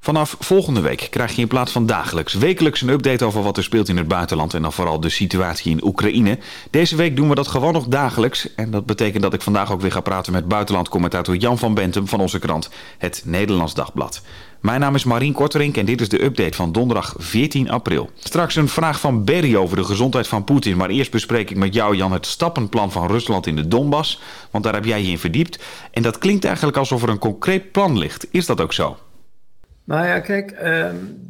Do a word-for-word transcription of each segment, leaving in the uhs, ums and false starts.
Vanaf volgende week krijg je in plaats van dagelijks wekelijks een update over wat er speelt in het buitenland en dan vooral de situatie in Oekraïne. Deze week doen we dat gewoon nog dagelijks en dat betekent dat ik vandaag ook weer ga praten met buitenlandcommentator Jan van Bentum van onze krant Het Nederlands Dagblad. Mijn naam is Marien Korterink en dit is de update van donderdag veertien april. Straks een vraag van Berry over de gezondheid van Poetin, maar eerst bespreek ik met jou, Jan, het stappenplan van Rusland in de Donbass, want daar heb jij je in verdiept. En dat klinkt eigenlijk alsof er een concreet plan ligt. Is dat ook zo? Nou ja, kijk, uh,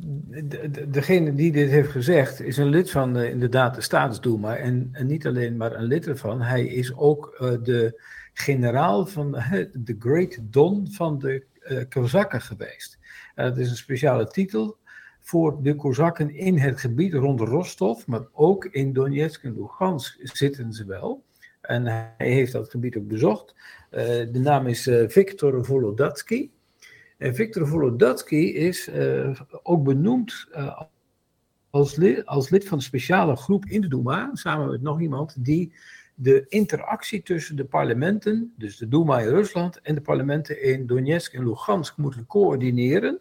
de, de, degene die dit heeft gezegd is een lid van uh, inderdaad de Staatsdoema en, en niet alleen maar een lid ervan. Hij is ook uh, de generaal van uh, de Great Don van de uh, Kozakken geweest. Uh, dat is een speciale titel voor de Kozakken in het gebied rond Rostov, maar ook in Donetsk en Lugansk zitten ze wel. En hij heeft dat gebied ook bezocht. Uh, de naam is uh, Viktor Volodatsky. En Viktor Volodatsky is uh, ook benoemd uh, als, lid, als lid van een speciale groep in de Doema, samen met nog iemand, die de interactie tussen de parlementen, dus de Doema in Rusland en de parlementen in Donetsk en Lugansk moeten coördineren.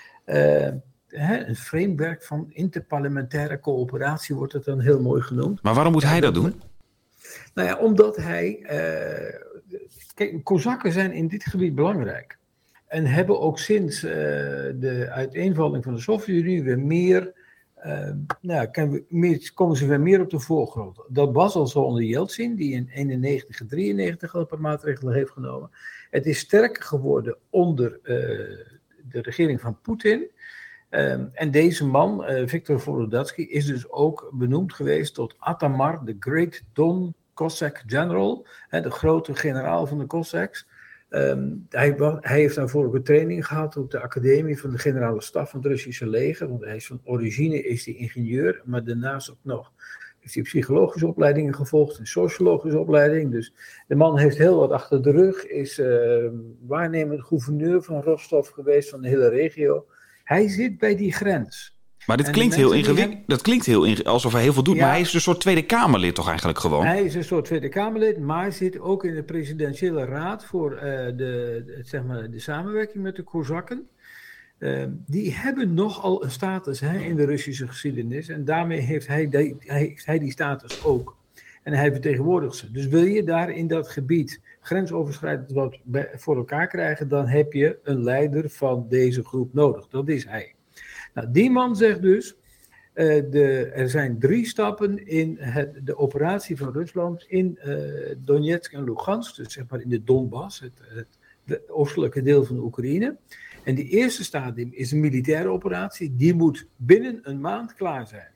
Uh, hè, een framework van interparlementaire coöperatie wordt het dan heel mooi genoemd. Maar waarom moet hij dat doen? Nou ja, omdat hij... Uh, kijk, Kozakken zijn in dit gebied belangrijk. En hebben ook sinds uh, de uiteenvalling van de Sovjet-Unie weer meer, uh, nou, kan meer, komen ze weer meer op de voorgrond. Dat was al zo onder Yeltsin, die in eenennegentig en drieënnegentig al een paar maatregelen heeft genomen. Het is sterker geworden onder uh, de regering van Poetin. Um, en deze man, uh, Viktor Volodatsky, is dus ook benoemd geweest tot Atamar, de Great Don Cossack General, hè, de grote generaal van de Cossacks. Um, hij, hij heeft daarvoor ook een training gehad op de academie van de generale staf van het Russische leger, want hij is van origine is hij ingenieur, maar daarnaast ook nog heeft hij psychologische opleidingen gevolgd, een sociologische opleiding, dus de man heeft heel wat achter de rug, is uh, waarnemend gouverneur van Rostov geweest, van de hele regio. Hij zit bij die grens. Maar dit klinkt heel ingewikkeld. Hem... Dat klinkt heel inge... alsof hij heel veel doet. Ja. Maar hij is een soort Tweede Kamerlid toch eigenlijk gewoon? Hij is een soort Tweede Kamerlid, maar zit ook in de presidentiële raad voor uh, de, zeg maar, de samenwerking met de Kozakken. Uh, die hebben nogal een status hè, in de Russische geschiedenis. En daarmee heeft hij, die, heeft hij die status ook. En hij vertegenwoordigt ze. Dus wil je daar in dat gebied grensoverschrijdend wat bij, voor elkaar krijgen, dan heb je een leider van deze groep nodig. Dat is hij. Nou, die man zegt dus, uh, de, er zijn drie stappen in het, de operatie van Rusland in uh, Donetsk en Lugansk, dus zeg maar in de Donbass, het, het de oostelijke deel van de Oekraïne. En die eerste stadium is een militaire operatie, die moet binnen een maand klaar zijn.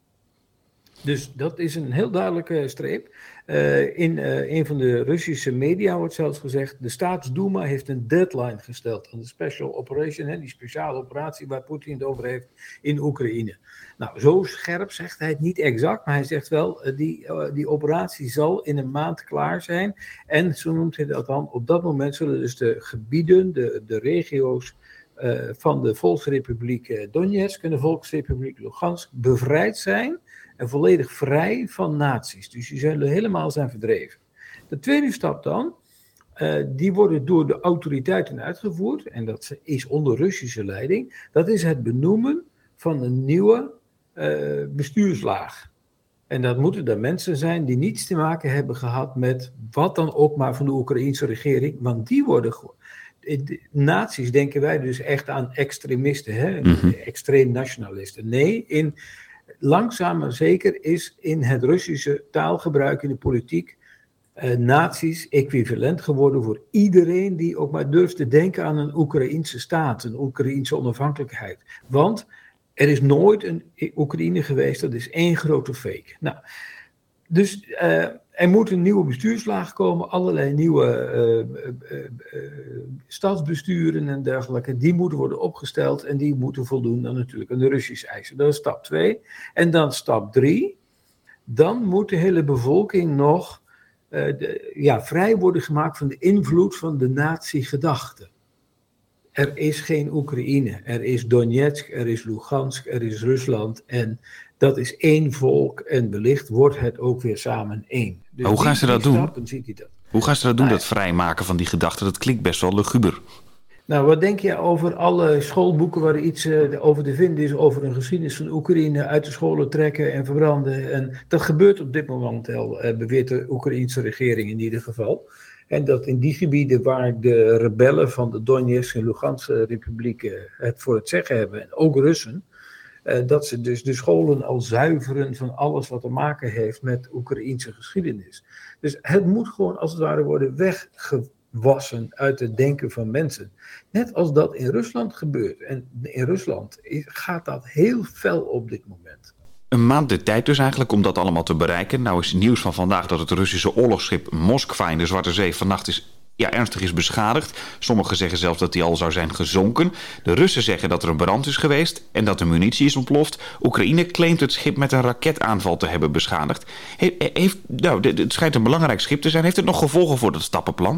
Dus dat is een heel duidelijke streep. Uh, in uh, een van de Russische media wordt zelfs gezegd, de Staatsdoema heeft een deadline gesteld aan de special operation, hè, die speciale operatie waar Poetin het over heeft in Oekraïne. Nou, zo scherp zegt hij het niet exact, maar hij zegt wel, uh, die, uh, die operatie zal in een maand klaar zijn. En zo noemt hij dat dan, op dat moment zullen dus de gebieden, de, de regio's uh, van de Volksrepubliek Donetsk en de Volksrepubliek Lugansk bevrijd zijn. En volledig vrij van nazi's. Dus die zullen helemaal zijn verdreven. De tweede stap dan, uh, die worden door de autoriteiten uitgevoerd. En dat is onder Russische leiding. Dat is het benoemen van een nieuwe uh, bestuurslaag. En dat moeten dan mensen zijn die niets te maken hebben gehad met wat dan ook maar van de Oekraïense regering. Want die worden gewoon... Nazi's denken wij dus echt aan extremisten, hè? Mm-hmm. Extreem nationalisten. Nee, in... Langzaam maar zeker is in het Russische taalgebruik in de politiek uh, nazi's equivalent geworden voor iedereen die ook maar durft te denken aan een Oekraïense staat, een Oekraïense onafhankelijkheid. Want er is nooit een Oekraïne geweest, dat is één grote fake. Nou, dus uh, er moet een nieuwe bestuurslaag komen, allerlei nieuwe uh, uh, uh, stadsbesturen en dergelijke, die moeten worden opgesteld en die moeten voldoen dan natuurlijk aan de Russische eisen. Dat is stap twee. En dan stap drie, dan moet de hele bevolking nog uh, de, ja, vrij worden gemaakt van de invloed van de nazi-gedachte. Er is geen Oekraïne, er is Donetsk, er is Lugansk, er is Rusland en dat is één volk en wellicht wordt het ook weer samen één. Dus hoe gaan ze dat doen? Ziet hij dat. Hoe gaan ze dat doen, nou, dat vrijmaken van die gedachten? Dat klinkt best wel luguber. Nou, wat denk je over alle schoolboeken waar iets uh, over te vinden is, over een geschiedenis van Oekraïne, uit de scholen trekken en verbranden? En dat gebeurt op dit moment al, uh, beweert de Oekraïense regering in ieder geval. En dat in die gebieden waar de rebellen van de Donetsk en Luganske republieken het voor het zeggen hebben, en ook Russen, uh, dat ze dus de scholen al zuiveren van alles wat te maken heeft met Oekraïense geschiedenis. Dus het moet gewoon als het ware worden weggewassen uit het denken van mensen. Net als dat in Rusland gebeurt. En in Rusland gaat dat heel fel op dit moment. Een maand de tijd dus eigenlijk om dat allemaal te bereiken. Nou is nieuws van vandaag dat het Russische oorlogsschip Moskva in de Zwarte Zee vannacht is, ja, ernstig is beschadigd. Sommigen zeggen zelfs dat hij al zou zijn gezonken. De Russen zeggen dat er een brand is geweest en dat de munitie is ontploft. Oekraïne claimt het schip met een raketaanval te hebben beschadigd. He, heeft, nou, het schijnt een belangrijk schip te zijn. Heeft het nog gevolgen voor dat stappenplan?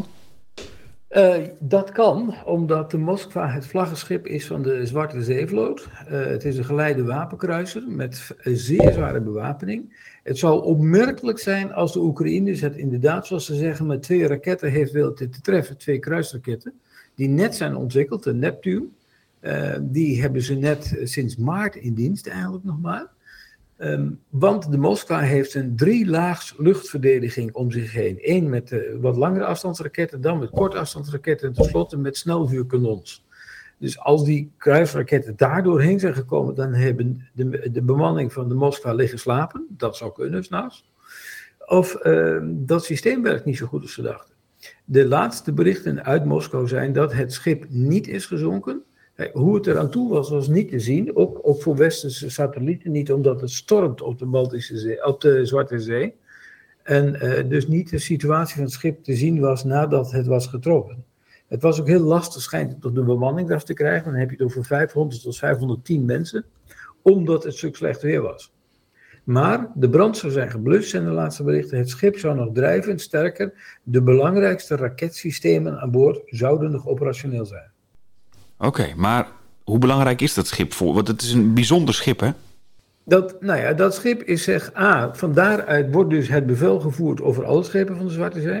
Uh, dat kan, omdat de Moskva het vlaggenschip is van de Zwarte Zeevloot. Uh, het is een geleide wapenkruiser met een zeer zware bewapening. Het zou opmerkelijk zijn als de Oekraïners het inderdaad, zoals ze zeggen, met twee raketten heeft willen te treffen. Twee kruisraketten, die net zijn ontwikkeld, de Neptune. Uh, die hebben ze net sinds maart in dienst eigenlijk nog maar. Um, want de Moskva heeft een drielaags luchtverdediging om zich heen. Eén met uh, wat langere afstandsraketten, dan met korte afstandsraketten en tenslotte met snelvuurkanons. Dus als die kruisraketten daar doorheen zijn gekomen, dan hebben de, de bemanning van de Moskva liggen slapen. Dat zou kunnen, 's nachts. Of uh, dat systeem werkt niet zo goed als ze dachten. De laatste berichten uit Moskou zijn dat het schip niet is gezonken. Hoe het eraan toe was, was niet te zien, ook, ook voor westerse satellieten niet, omdat het stormt op de, Baltische Zee, op de Zwarte Zee. En uh, dus niet de situatie van het schip te zien was nadat het was getroffen. Het was ook heel lastig, schijnt het, om de bemanning eraf te krijgen. Dan heb je het over vijfhonderd tot vijfhonderdtien mensen, omdat het stuk slecht weer was. Maar de brand zou zijn geblust, zijn de laatste berichten. Het schip zou nog drijven, sterker, de belangrijkste raketsystemen aan boord zouden nog operationeel zijn. Oké, okay, maar hoe belangrijk is dat schip voor? Want het is een bijzonder schip, hè? Dat, nou ja, dat schip is zeg A, van daaruit wordt dus het bevel gevoerd over alle schepen van de Zwarte Zee.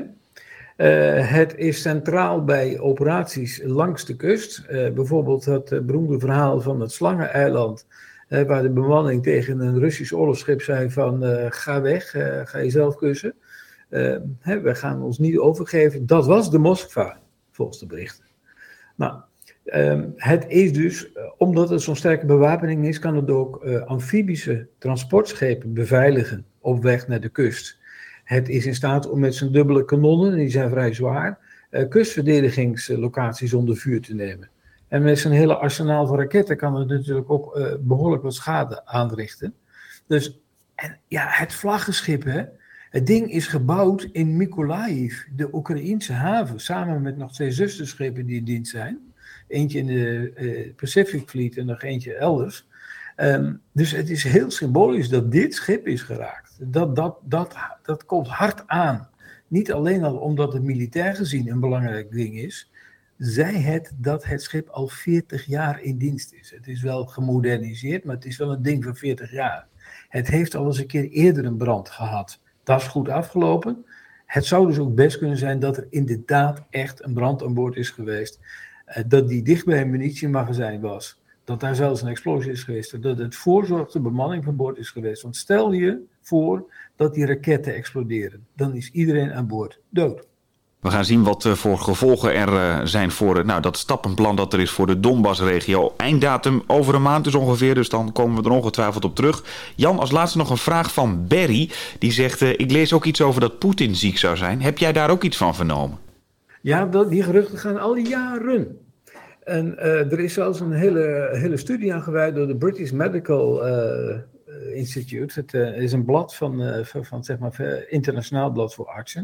Uh, het is centraal bij operaties langs de kust. Uh, bijvoorbeeld het uh, beroemde verhaal van het Slangeneiland, uh, waar de bemanning tegen een Russisch oorlogsschip zei van uh, ga weg, uh, ga jezelf kussen. Uh, hè, we gaan ons niet overgeven. Dat was de Moskva, volgens de berichten. Nou, Um, het is dus, uh, omdat het zo'n sterke bewapening is, kan het ook uh, amfibische transportschepen beveiligen op weg naar de kust. Het is in staat om met zijn dubbele kanonnen, die zijn vrij zwaar, uh, kustverdedigingslocaties onder vuur te nemen. En met zijn hele arsenaal van raketten kan het natuurlijk ook uh, behoorlijk wat schade aanrichten. Dus, en ja, het vlaggenschip, hè. Het ding is gebouwd in Mykolaiv, de Oekraïense haven, samen met nog twee zusterschepen die in dienst zijn. Eentje in de uh, Pacific Fleet en nog eentje elders. Um, dus het is heel symbolisch dat dit schip is geraakt. Dat, dat, dat, dat komt hard aan. Niet alleen al omdat het militair gezien een belangrijk ding is. Zij het dat het schip al veertig jaar in dienst is. Het is wel gemoderniseerd, maar het is wel een ding van veertig jaar. Het heeft al eens een keer eerder een brand gehad. Dat is goed afgelopen. Het zou dus ook best kunnen zijn dat er inderdaad echt een brand aan boord is geweest. Dat die dicht bij een munitiemagazijn was. Dat daar zelfs een explosie is geweest. Dat het voorzorgde bemanning van boord is geweest. Want stel je voor dat die raketten exploderen. Dan is iedereen aan boord dood. We gaan zien wat voor gevolgen er zijn voor nou, dat stappenplan dat er is voor de Donbass-regio. Einddatum over een maand dus ongeveer, dus dan komen we er ongetwijfeld op terug. Jan, als laatste nog een vraag van Berry. Die zegt, uh, ik lees ook iets over dat Poetin ziek zou zijn. Heb jij daar ook iets van vernomen? Ja, dat, die geruchten gaan al jaren. En uh, er is zelfs een hele, hele studie aan gewijd door de British Medical uh, Institute. Het uh, is een blad van, uh, van, van zeg maar, internationaal blad voor artsen.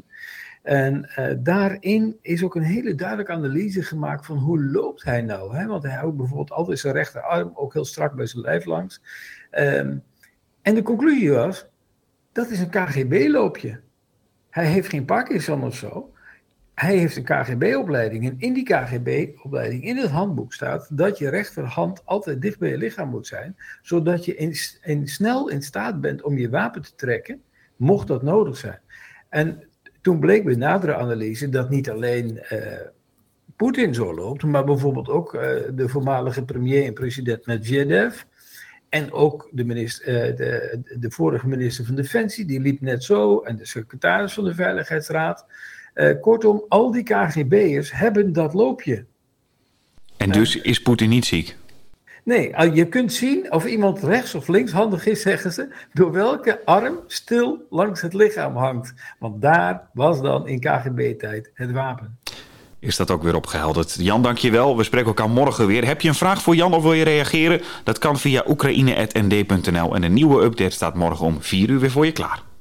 En uh, daarin is ook een hele duidelijke analyse gemaakt van hoe loopt hij nou. Hè? Want hij houdt bijvoorbeeld altijd zijn rechterarm ook heel strak bij zijn lijf langs. Um, en de conclusie was, dat is een K G B-loopje. Hij heeft geen Parkinson of zo. Hij heeft een K G B-opleiding en in die K G B-opleiding in het handboek staat dat je rechterhand altijd dicht bij je lichaam moet zijn, zodat je in, in, snel in staat bent om je wapen te trekken, mocht dat nodig zijn. En toen bleek bij nadere analyse dat niet alleen uh, Poetin zo loopt, maar bijvoorbeeld ook uh, de voormalige premier en president Medvedev. En ook de, minister, uh, de, de vorige minister van Defensie, die liep net zo. En de secretaris van de Veiligheidsraad. Uh, kortom, al die K G B'ers hebben dat loopje. En dus is Poetin niet ziek? Nee, je kunt zien of iemand rechts of linkshandig is, zeggen ze, door welke arm stil langs het lichaam hangt. Want daar was dan in K G B-tijd het wapen. Is dat ook weer opgehelderd. Jan, dank je wel. We spreken elkaar morgen weer. Heb je een vraag voor Jan of wil je reageren? Dat kan via oekraïne punt n d punt n l en een nieuwe update staat morgen om vier uur weer voor je klaar.